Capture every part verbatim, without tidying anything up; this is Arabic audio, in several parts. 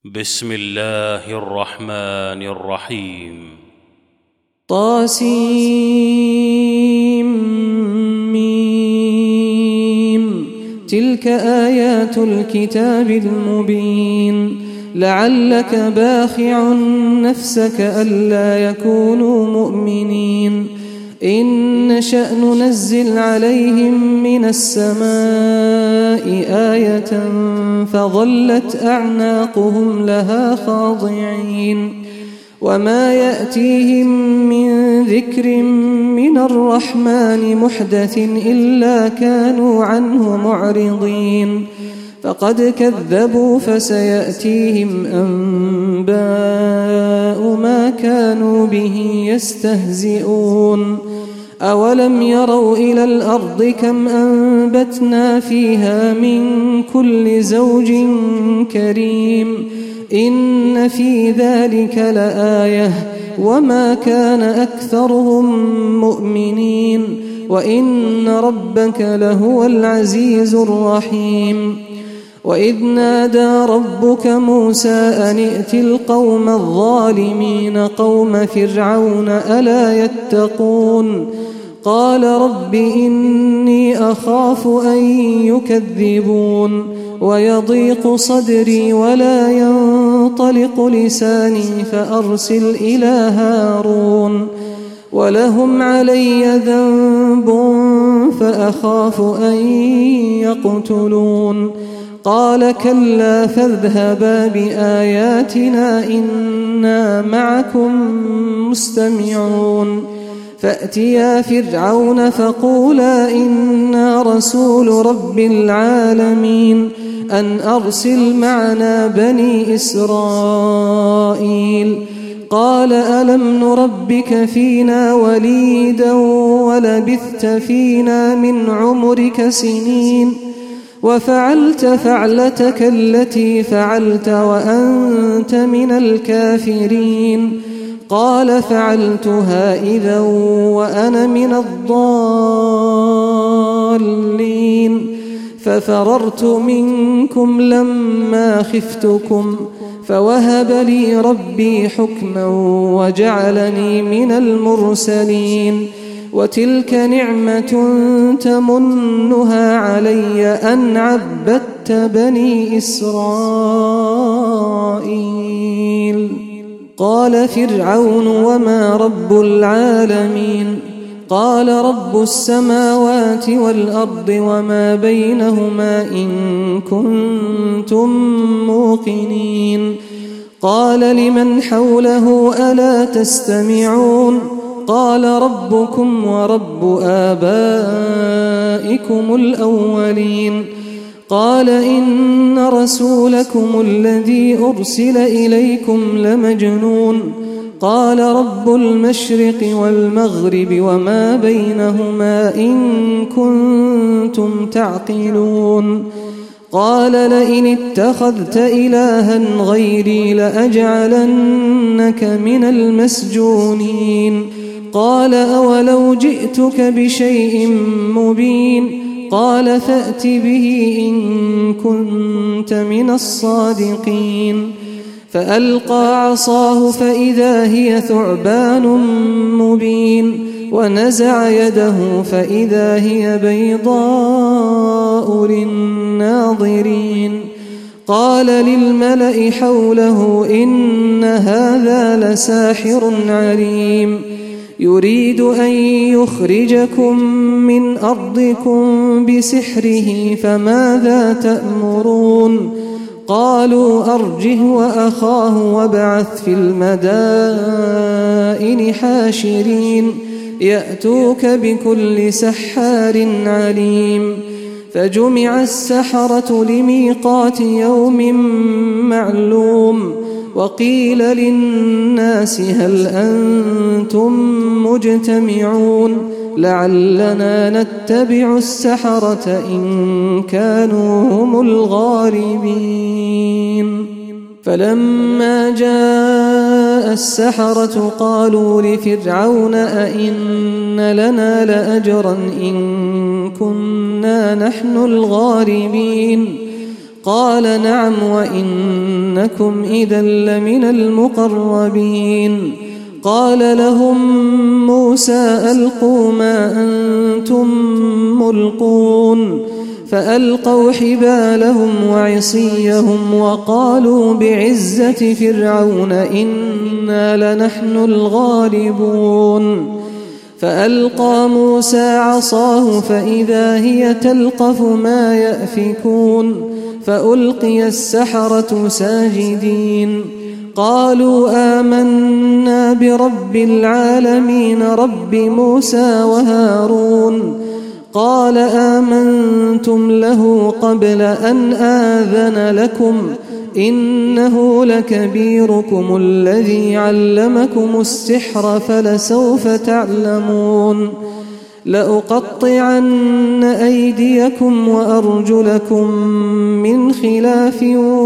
بسم الله الرحمن الرحيم. طاسيم. تلك آيات الكتاب المبين. لعلك باخع نفسك ألا يكونوا مؤمنين. إن نشأ ننزل عليهم من السماء آية فظلت أعناقهم لها خاضعين. وما يأتيهم من ذكر من الرحمن محدث إلا كانوا عنه معرضين. فقد كذبوا فسيأتيهم أنباء ما كانوا به يستهزئون. أولم يروا إلى الأرض كم أنبتنا فيها من كل زوج كريم. إن في ذلك لآية وما كان أكثرهم مؤمنين وإن ربك لهو العزيز الرحيم. وإذ نادى ربك موسى أن ائت القوم الظالمين قوم فرعون ألا يتقون. قال رب إني أخاف أن يكذبون ويضيق صدري ولا ينطلق لساني فأرسل إلى هارون ولهم علي ذنب فأخاف أن يقتلون. قال كلا فاذهبا بآياتنا إنا معكم مستمعون. فأتيا فرعون فقولا إنا رسول رب العالمين أن أرسل معنا بني إسرائيل. قال ألم نربك فينا وليدا ولبثت فينا من عمرك سنين وفعلت فعلتك التي فعلت وأنت من الكافرين. قال فعلتها إذا وأنا من الضالين. ففررت منكم لما خفتكم فوهب لي ربي حكما وجعلني من المرسلين. وتلك نعمة تمنها علي أن عبدت بني إسرائيل. قال فرعون وما رب العالمين. قال رب السماوات والأرض وما بينهما إن كنتم موقنين. قال لمن حوله ألا تستمعون. قال ربكم ورب آبائكم الأولين. قال إن رسولكم الذي أرسل إليكم لمجنون. قال رب المشرق والمغرب وما بينهما إن كنتم تعقلون. قال لئن اتخذت إلها غيري لأجعلنك من المسجونين. قال أولو جئتك بشيء مبين. قال فأت به إن كنت من الصادقين. فألقى عصاه فإذا هي ثعبان مبين ونزع يده فإذا هي بيضاء للناظرين. قال للملأ حوله إن هذا لساحر عليم يريد أن يخرجكم من أرضكم بسحره فماذا تأمرون. قالوا أرجه وأخاه وابعث في المدائن حاشرين يأتوك بكل سحار عليم. فجمع السحرة لميقات يوم معلوم. وقيل للناس هل أنتم مجتمعون لعلنا نتبع السحرة إن كانوا هم الغالبين. فلما جاء السحرة قالوا لفرعون أئن لنا لأجرا إن كنا نحن الغالبين. قال نعم وإنكم إذا لمن المقربين قال لهم موسى ألقوا ما أنتم ملقون فألقوا حبالهم وعصيهم وقالوا بعزة فرعون إنا لنحن الغالبون فألقى موسى عصاه فإذا هي تلقف ما يأفكون فألقي السحرة ساجدين قالوا آمنا برب العالمين رب موسى وهارون قال آمنتم له قبل أن آذن لكم إنه لكبيركم الذي علمكم السحر فلسوف تعلمون لأقطعن أيديكم وأرجلكم من خلاف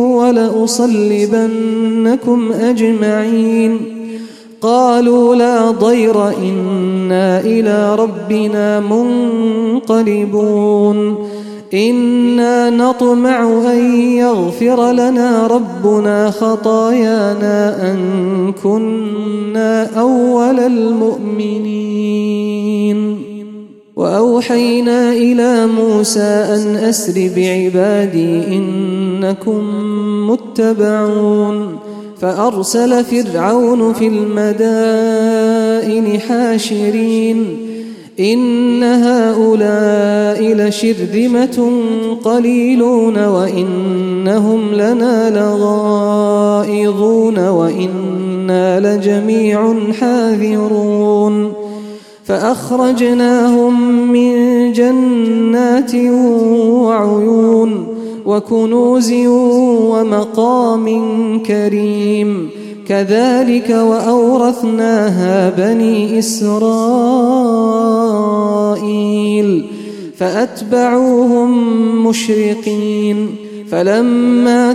ولأصلبنكم أجمعين قالوا لا ضير إنا إلى ربنا منقلبون إنا نطمع أن يغفر لنا ربنا خطايانا أن كنا أول المؤمنين وأوحينا إلى موسى أن أسر بعبادي إنكم متبعون فأرسل فرعون في المدائن حاشرين إن هؤلاء لشرذمة قليلون وإنهم لنا لغائظون وإنا لجميع حاذرون فأخرجناهم من جنات وعيون وكنوز ومقام كريم كذلك وأورثناها بني إسرائيل فأتبعوهم مشرقين فلما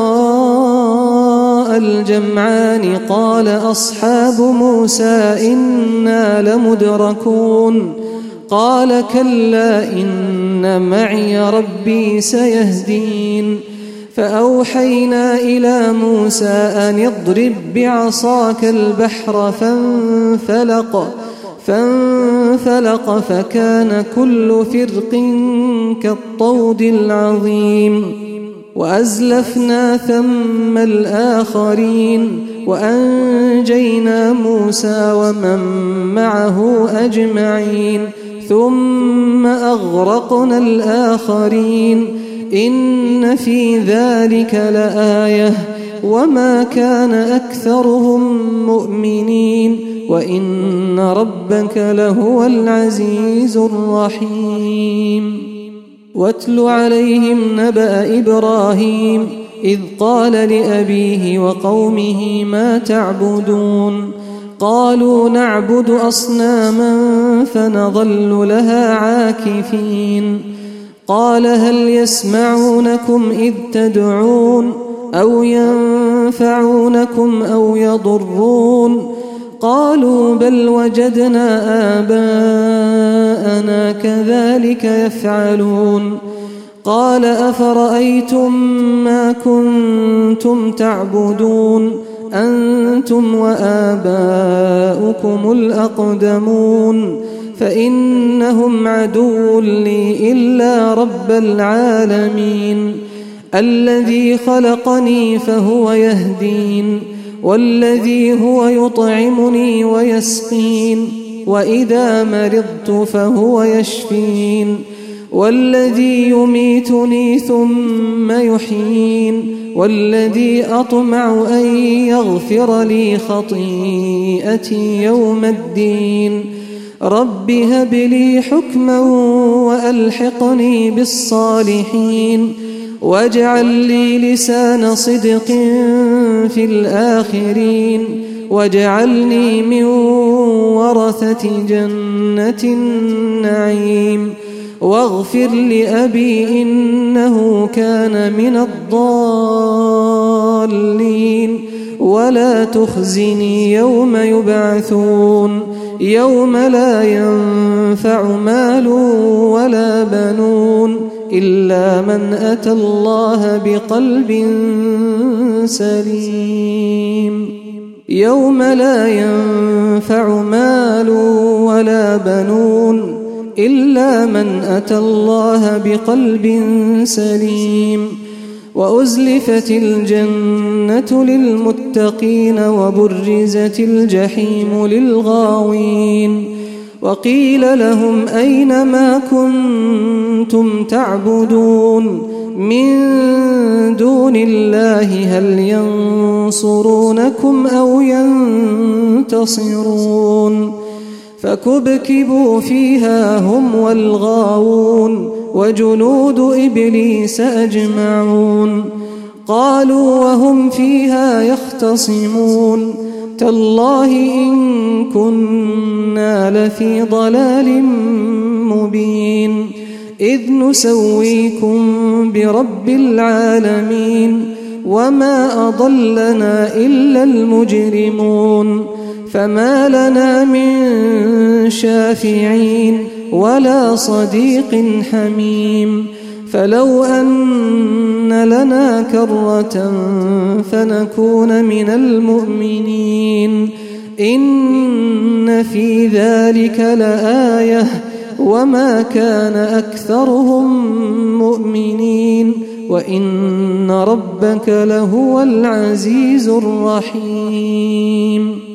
تراءى الجمعان قال أصحاب موسى إنا لمدركون قال كلا إن معي ربي سيهدين فأوحينا إلى موسى أن اضرب بعصاك البحر فانفلق فانفلق فكان كل فرق كالطود العظيم وأزلفنا ثم الآخرين وأنجينا موسى ومن معه أجمعين ثم أغرقنا الآخرين إن في ذلك لآية وما كان أكثرهم مؤمنين وإن ربك لهو العزيز الرحيم واتل عليهم نبأ إبراهيم إذ قال لأبيه وقومه ما تعبدون قالوا نعبد أصناما فنظل لها عاكفين قال هل يسمعونكم إذ تدعون أو ينفعونكم أو يضرون قالوا بل وجدنا آباءنا كذلك يفعلون قال أفرأيتم ما كنتم تعبدون أنتم وآباؤكم الأقدمون فإنهم عدو لي إلا رب العالمين الذي خلقني فهو يهدين والذي هو يطعمني ويسقين وإذا مرضت فهو يشفين والذي يميتني ثم يحيين والذي أطمع أن يغفر لي خطيئتي يوم الدين رب هب لي حكما وألحقني بالصالحين واجعل لي لسان صدق في الآخرين واجعلني من ورثة جنة النعيم واغفر لأبي إنه كان من الضالين ولا تخزني يوم يبعثون يوم لا ينفع مال ولا بنون إلا من أتى الله بقلب سليم يوم لا ينفع مال ولا بنون إلا من أتى الله بقلب سليم وأزلفت الجنة للمتقين وبرزت الجحيم للغاوين وقيل لهم أين ما كنتم تعبدون من دون الله هل ينصرونكم أو ينتصرون فكبكبوا فيها هم والغاوون وجنود إبليس أجمعون قالوا وهم فيها يختصمون تالله إن كنا لفي ضلال مبين إذ نسويكم برب العالمين وما أضلنا إلا المجرمون فما لنا من شافعين ولا صديق حميم فلو أن لنا كرة فنكون من المؤمنين إن في ذلك لآية وما كان أكثرهم مؤمنين وإن ربك لهو العزيز الرحيم